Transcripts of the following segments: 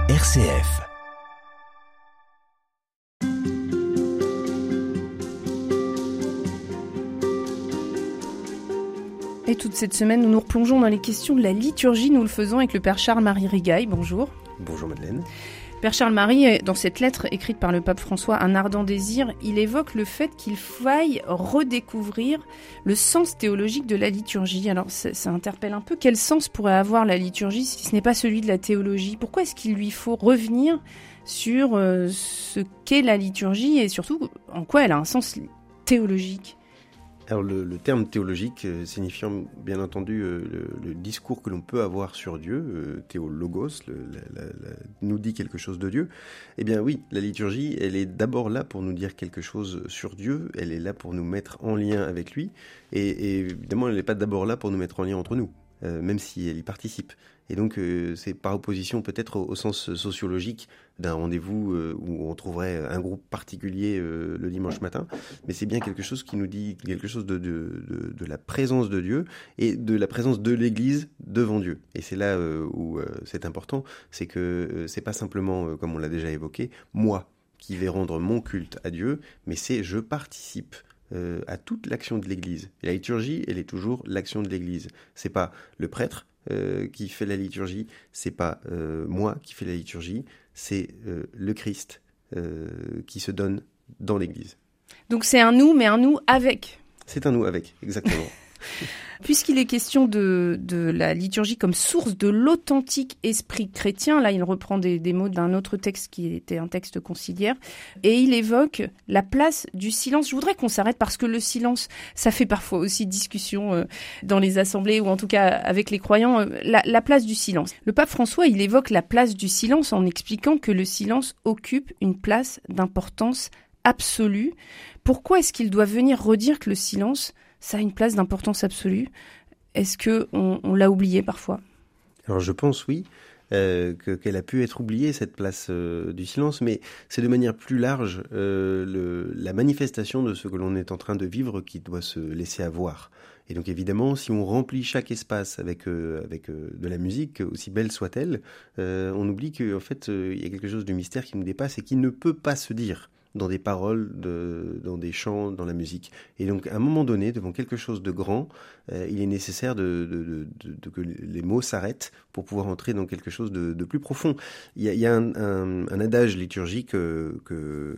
RCF. Et toute cette semaine, nous nous replongeons dans les questions de la liturgie. Nous le faisons avec le Père Charles-Marie Rigaille. Bonjour. Bonjour Madeleine. Père Charles-Marie, dans cette lettre écrite par le pape François, Un ardent désir, il évoque le fait qu'il faille redécouvrir le sens théologique de la liturgie. Alors ça interpelle un peu. Quel sens pourrait avoir la liturgie si ce n'est pas celui de la théologie ? Pourquoi est-ce qu'il lui faut revenir sur ce qu'est la liturgie et surtout en quoi elle a un sens théologique ? Alors le terme théologique signifiant bien entendu le discours que l'on peut avoir sur Dieu, théologos, nous dit quelque chose de Dieu. Eh bien oui, la liturgie, elle est d'abord là pour nous dire quelque chose sur Dieu, elle est là pour nous mettre en lien avec lui, et évidemment elle n'est pas d'abord là pour nous mettre en lien entre nous, même si elle y participe. Et donc c'est par opposition peut-être au sens sociologique d'un rendez-vous où on trouverait un groupe particulier le dimanche matin, mais c'est bien quelque chose qui nous dit quelque chose de la présence de Dieu et de la présence de l'Église devant Dieu. Et c'est là où c'est important, c'est que c'est pas simplement, comme on l'a déjà évoqué, moi qui vais rendre mon culte à Dieu, mais c'est je participe à toute l'action de l'Église. Et la liturgie, elle est toujours l'action de l'Église. C'est pas le prêtre qui fait la liturgie, c'est pas moi qui fais la liturgie, c'est le Christ qui se donne dans l'Église. Donc c'est un nous, mais un nous avec. C'est un nous avec, exactement. Puisqu'il est question de la liturgie comme source de l'authentique esprit chrétien, là il reprend des mots d'un autre texte qui était un texte conciliaire, et il évoque la place du silence. Je voudrais qu'on s'arrête parce que le silence, ça fait parfois aussi discussion dans les assemblées ou en tout cas avec les croyants, la place du silence. Le pape François, il évoque la place du silence en expliquant que le silence occupe une place d'importance absolue. Pourquoi est-ce qu'il doit venir redire que le silence, ça a une place d'importance absolue? Est-ce qu'on l'a oublié parfois ? Alors je pense oui, qu'elle a pu être oubliée cette place du silence, mais c'est de manière plus large la manifestation de ce que l'on est en train de vivre qui doit se laisser avoir. Et donc évidemment, si on remplit chaque espace avec de la musique, aussi belle soit-elle, on oublie qu'en fait il y a quelque chose du mystère qui nous dépasse et qui ne peut pas se dire dans des paroles, dans des chants, dans la musique. Et donc, à un moment donné, devant quelque chose de grand, il est nécessaire que les mots s'arrêtent pour pouvoir entrer dans quelque chose de plus profond. Il y a un adage liturgique que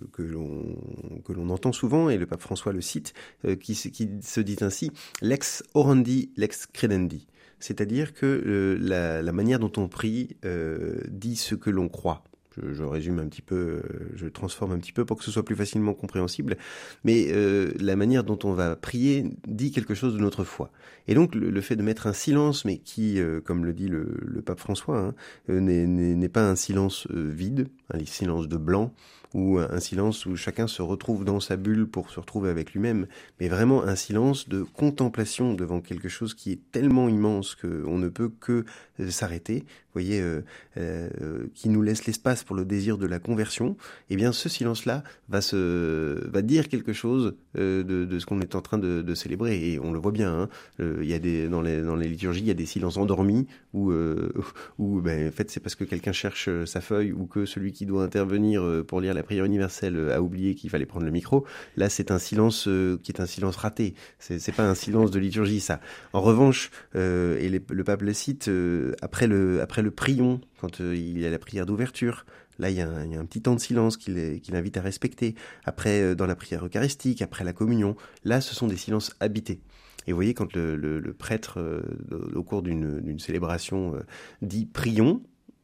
l'on entend souvent, et le pape François le cite, qui se dit ainsi « lex orandi, lex credendi ». C'est-à-dire que la manière dont on prie dit ce que l'on croit. Je résume un petit peu, je transforme un petit peu pour que ce soit plus facilement compréhensible, mais la manière dont on va prier dit quelque chose de notre foi. Et donc le fait de mettre un silence, mais qui, comme le dit le pape François, n'est pas un silence vide, un silence de blanc, ou un silence où chacun se retrouve dans sa bulle pour se retrouver avec lui-même, mais vraiment un silence de contemplation devant quelque chose qui est tellement immense qu'on ne peut que s'arrêter, vous voyez, qui nous laisse l'espace pour le désir de la conversion. Eh bien ce silence-là va dire quelque chose de ce qu'on est en train de célébrer, et on le voit bien, il y a dans les liturgies, il y a des silences endormis, où en fait c'est parce que quelqu'un cherche sa feuille, ou que celui qui doit intervenir pour lire la prière universelle a oublié qu'il fallait prendre le micro. Là, c'est un silence qui est un silence raté. C'est pas un silence de liturgie, ça. En revanche, et le pape le cite, après le prion, quand il y a la prière d'ouverture, là, il y a un petit temps de silence qu'il invite à respecter. Après, dans la prière eucharistique, après la communion, là, ce sont des silences habités. Et vous voyez, quand le prêtre, au cours d'une célébration, dit « prions »,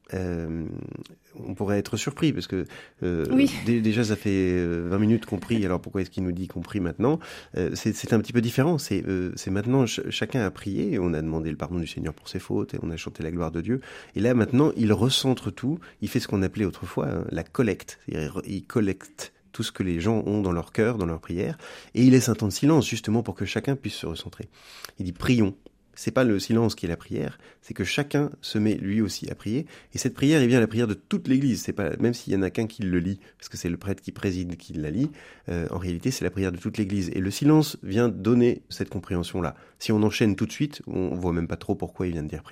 on pourrait être surpris parce que oui. Déjà ça fait 20 minutes qu'on prie, alors pourquoi est-ce qu'il nous dit qu'on prie maintenant ? C'est un petit peu différent, c'est maintenant chacun a prié, on a demandé le pardon du Seigneur pour ses fautes, et on a chanté la gloire de Dieu, et là maintenant il recentre tout, il fait ce qu'on appelait autrefois la collecte, c'est-à-dire il collecte tout ce que les gens ont dans leur cœur, dans leur prière, et il laisse un temps de silence justement pour que chacun puisse se recentrer. Il dit prions. C'est pas le silence qui est la prière, c'est que chacun se met lui aussi à prier. Et cette prière est bien la prière de toute l'Église. C'est pas, même s'il y en a qu'un qui le lit, parce que c'est le prêtre qui préside qui la lit, en réalité c'est la prière de toute l'Église. Et le silence vient donner cette compréhension-là. Si on enchaîne tout de suite, on voit même pas trop pourquoi il vient de dire prions.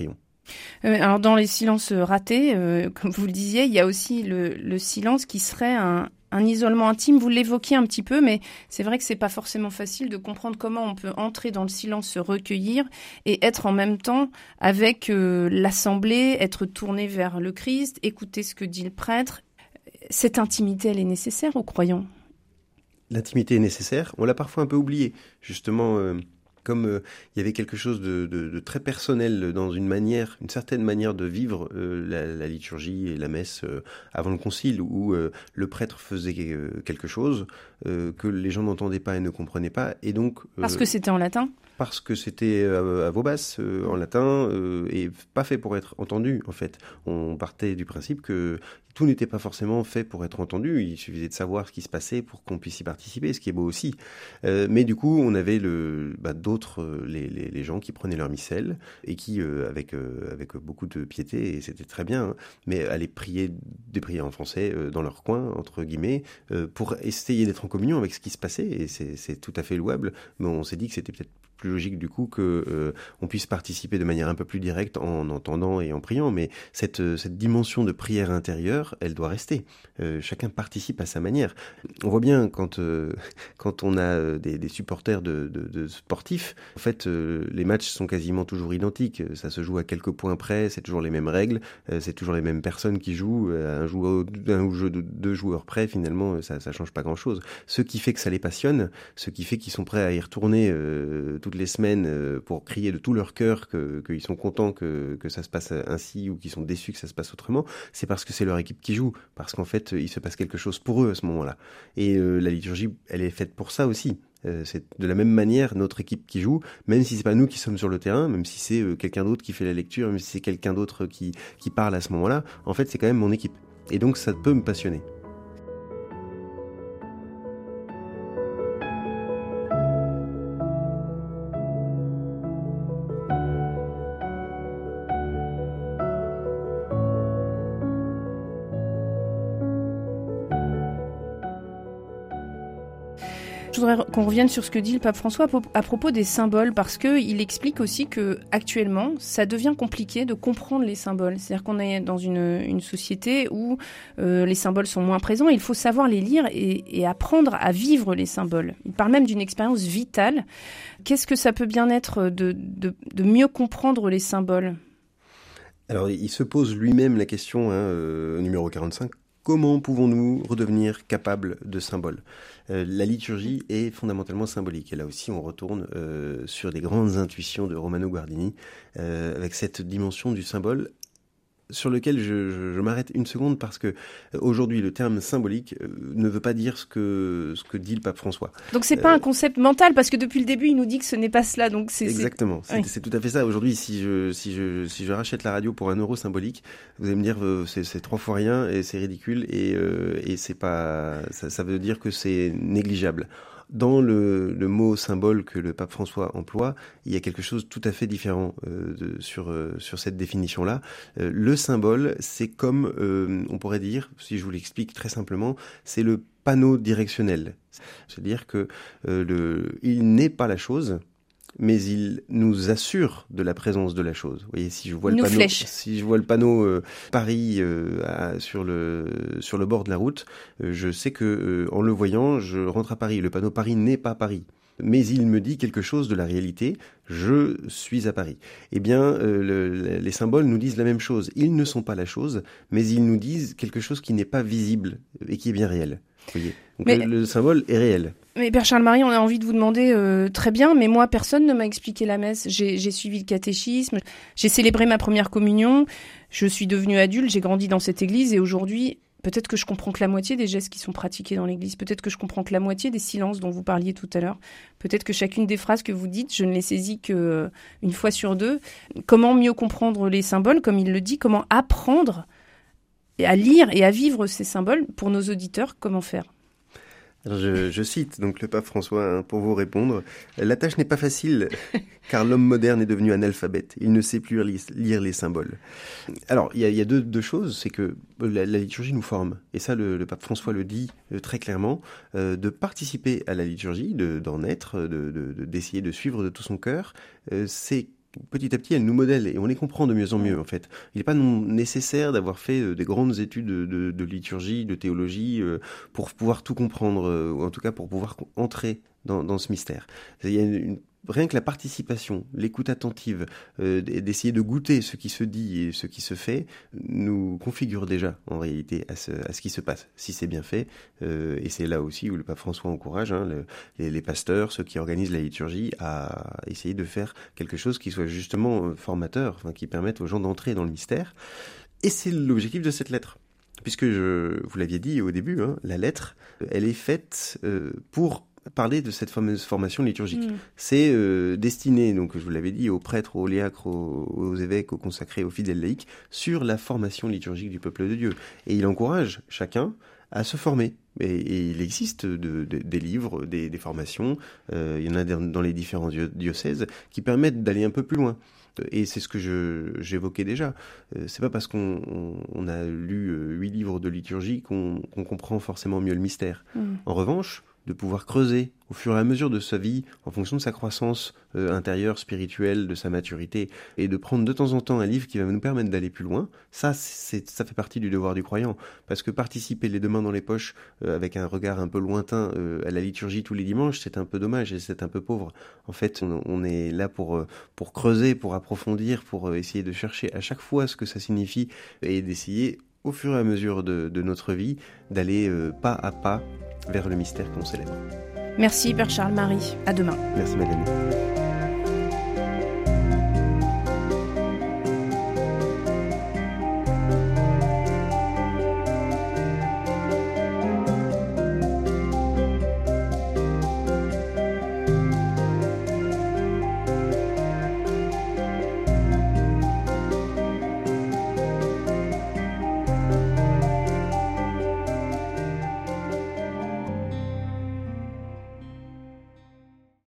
Alors dans les silences ratés, comme vous le disiez, il y a aussi le silence qui serait un isolement intime. Vous l'évoquiez un petit peu, mais c'est vrai que c'est pas forcément facile de comprendre comment on peut entrer dans le silence, se recueillir et être en même temps avec l'assemblée, être tourné vers le Christ, écouter ce que dit le prêtre. Cette intimité, elle est nécessaire aux croyants. L'intimité est nécessaire. On l'a parfois un peu oublié, justement. Comme il y avait quelque chose de très personnel dans une certaine manière de vivre la liturgie et la messe avant le concile, où le prêtre faisait quelque chose que les gens n'entendaient pas et ne comprenaient pas, et donc Parce que c'était en latin ? Parce que c'était à voix basse, en latin, et pas fait pour être entendu, en fait. On partait du principe que tout n'était pas forcément fait pour être entendu. Il suffisait de savoir ce qui se passait pour qu'on puisse y participer, ce qui est beau aussi. Mais du coup, on avait d'autres, les gens qui prenaient leur missel et qui, avec beaucoup de piété, et c'était très bien, hein, mais allaient prier des prières en français dans leur coin, entre guillemets, pour essayer d'être en communion avec ce qui se passait. Et c'est tout à fait louable. Mais on s'est dit que c'était peut-être plus logique du coup que on puisse participer de manière un peu plus directe en entendant et en priant, mais cette dimension de prière intérieure, elle doit rester. Chacun participe à sa manière. On voit bien quand on a des supporters de sportifs, en fait les matchs sont quasiment toujours identiques, ça se joue à quelques points près, c'est toujours les mêmes règles, c'est toujours les mêmes personnes qui jouent, un jeu de 2 joueurs près, finalement ça change pas grand-chose. Ce qui fait que ça les passionne, ce qui fait qu'ils sont prêts à y retourner toutes les semaines pour crier de tout leur cœur qu'ils sont contents que ça se passe ainsi ou qu'ils sont déçus que ça se passe autrement, c'est parce que c'est leur équipe qui joue, parce qu'en fait il se passe quelque chose pour eux à ce moment-là. Et la liturgie, elle est faite pour ça aussi. C'est de la même manière notre équipe qui joue, même si c'est pas nous qui sommes sur le terrain, même si c'est quelqu'un d'autre qui fait la lecture, même si c'est quelqu'un d'autre qui parle à ce moment-là, en fait c'est quand même mon équipe. Et donc ça peut me passionner. Je voudrais qu'on revienne sur ce que dit le pape François à propos des symboles, parce qu'il explique aussi que actuellement, ça devient compliqué de comprendre les symboles. C'est-à-dire qu'on est dans une société où les symboles sont moins présents. Il faut savoir les lire et apprendre à vivre les symboles. Il parle même d'une expérience vitale. Qu'est-ce que ça peut bien être de mieux comprendre les symboles ? Alors, il se pose lui-même la question, numéro 45, comment pouvons-nous redevenir capables de symboles ? La liturgie est fondamentalement symbolique. Et là aussi, on retourne sur des grandes intuitions de Romano Guardini, avec cette dimension du symbole, sur lequel je m'arrête une seconde parce que aujourd'hui le terme symbolique ne veut pas dire ce que dit le pape François. Donc c'est pas un concept mental, parce que depuis le début il nous dit que ce n'est pas cela. Donc exactement. C'est tout à fait ça. Aujourd'hui, si je rachète la radio pour 1 euro symbolique, vous allez me dire c'est 3 fois rien et c'est ridicule et c'est pas ça veut dire que c'est négligeable. Dans le mot symbole que le pape François emploie, il y a quelque chose de tout à fait différent sur cette définition-là. Le symbole, c'est comme, on pourrait dire, si je vous l'explique très simplement, c'est le panneau directionnel. C'est-à-dire que il n'est pas la chose, mais il nous assure de la présence de la chose. Vous voyez, si je vois le panneau Paris sur le bord de la route, je sais que en le voyant, je rentre à Paris. Le panneau Paris n'est pas Paris, mais il me dit quelque chose de la réalité. Je suis à Paris. Eh bien, les symboles nous disent la même chose. Ils ne sont pas la chose, mais ils nous disent quelque chose qui n'est pas visible et qui est bien réel. Vous voyez. Donc le symbole est réel. Mais Père Charles-Marie, on a envie de vous demander, très bien, mais moi, personne ne m'a expliqué la messe. J'ai suivi le catéchisme, j'ai célébré ma première communion, je suis devenue adulte, j'ai grandi dans cette église et aujourd'hui, peut-être que je comprends que la moitié des gestes qui sont pratiqués dans l'église, peut-être que je comprends que la moitié des silences dont vous parliez tout à l'heure, peut-être que chacune des phrases que vous dites, je ne les saisis que une fois sur 2. Comment mieux comprendre les symboles, comme il le dit, comment apprendre à lire et à vivre ces symboles pour nos auditeurs, comment faire ? Alors je cite donc le pape François pour vous répondre. La tâche n'est pas facile car l'homme moderne est devenu analphabète. Il ne sait plus lire les symboles. Alors il y a deux choses, c'est que la liturgie nous forme. Et ça le pape François le dit très clairement. De participer à la liturgie, d'en être, d'essayer de suivre de tout son cœur, c'est petit à petit, elles nous modèlent et on les comprend de mieux en mieux, en fait. Il n'est pas nécessaire d'avoir fait des grandes études de liturgie, de théologie, pour pouvoir tout comprendre, ou en tout cas pour pouvoir entrer dans ce mystère. Il y a rien que la participation, l'écoute attentive, d'essayer de goûter ce qui se dit et ce qui se fait, nous configure déjà en réalité à ce qui se passe, si c'est bien fait. Et c'est là aussi où le pape François encourage les pasteurs, ceux qui organisent la liturgie, à essayer de faire quelque chose qui soit justement formateur, enfin, qui permette aux gens d'entrer dans le mystère. Et c'est l'objectif de cette lettre. Puisque vous l'aviez dit au début, la lettre, elle est faite pour parler de cette fameuse formation liturgique. C'est destiné, donc je vous l'avais dit, aux prêtres, aux liacres, aux évêques, aux consacrés, aux fidèles laïcs, sur la formation liturgique du peuple de Dieu. Et il encourage chacun à se former. Et il existe des livres, des formations, il y en a dans les différents diocèses, qui permettent d'aller un peu plus loin. Et c'est ce que j'évoquais déjà. C'est pas parce qu'on a lu 8 livres de liturgie qu'on comprend forcément mieux le mystère. En revanche, de pouvoir creuser au fur et à mesure de sa vie, en fonction de sa croissance intérieure, spirituelle, de sa maturité, et de prendre de temps en temps un livre qui va nous permettre d'aller plus loin, ça fait partie du devoir du croyant. Parce que participer les deux mains dans les poches, avec un regard un peu lointain à la liturgie tous les dimanches, c'est un peu dommage et c'est un peu pauvre. En fait, on est là pour creuser, pour approfondir, pour essayer de chercher à chaque fois ce que ça signifie, et d'essayer, au fur et à mesure de notre vie, d'aller pas à pas vers le mystère qu'on célèbre. Merci Père Charles-Marie, à demain. Merci Madeleine.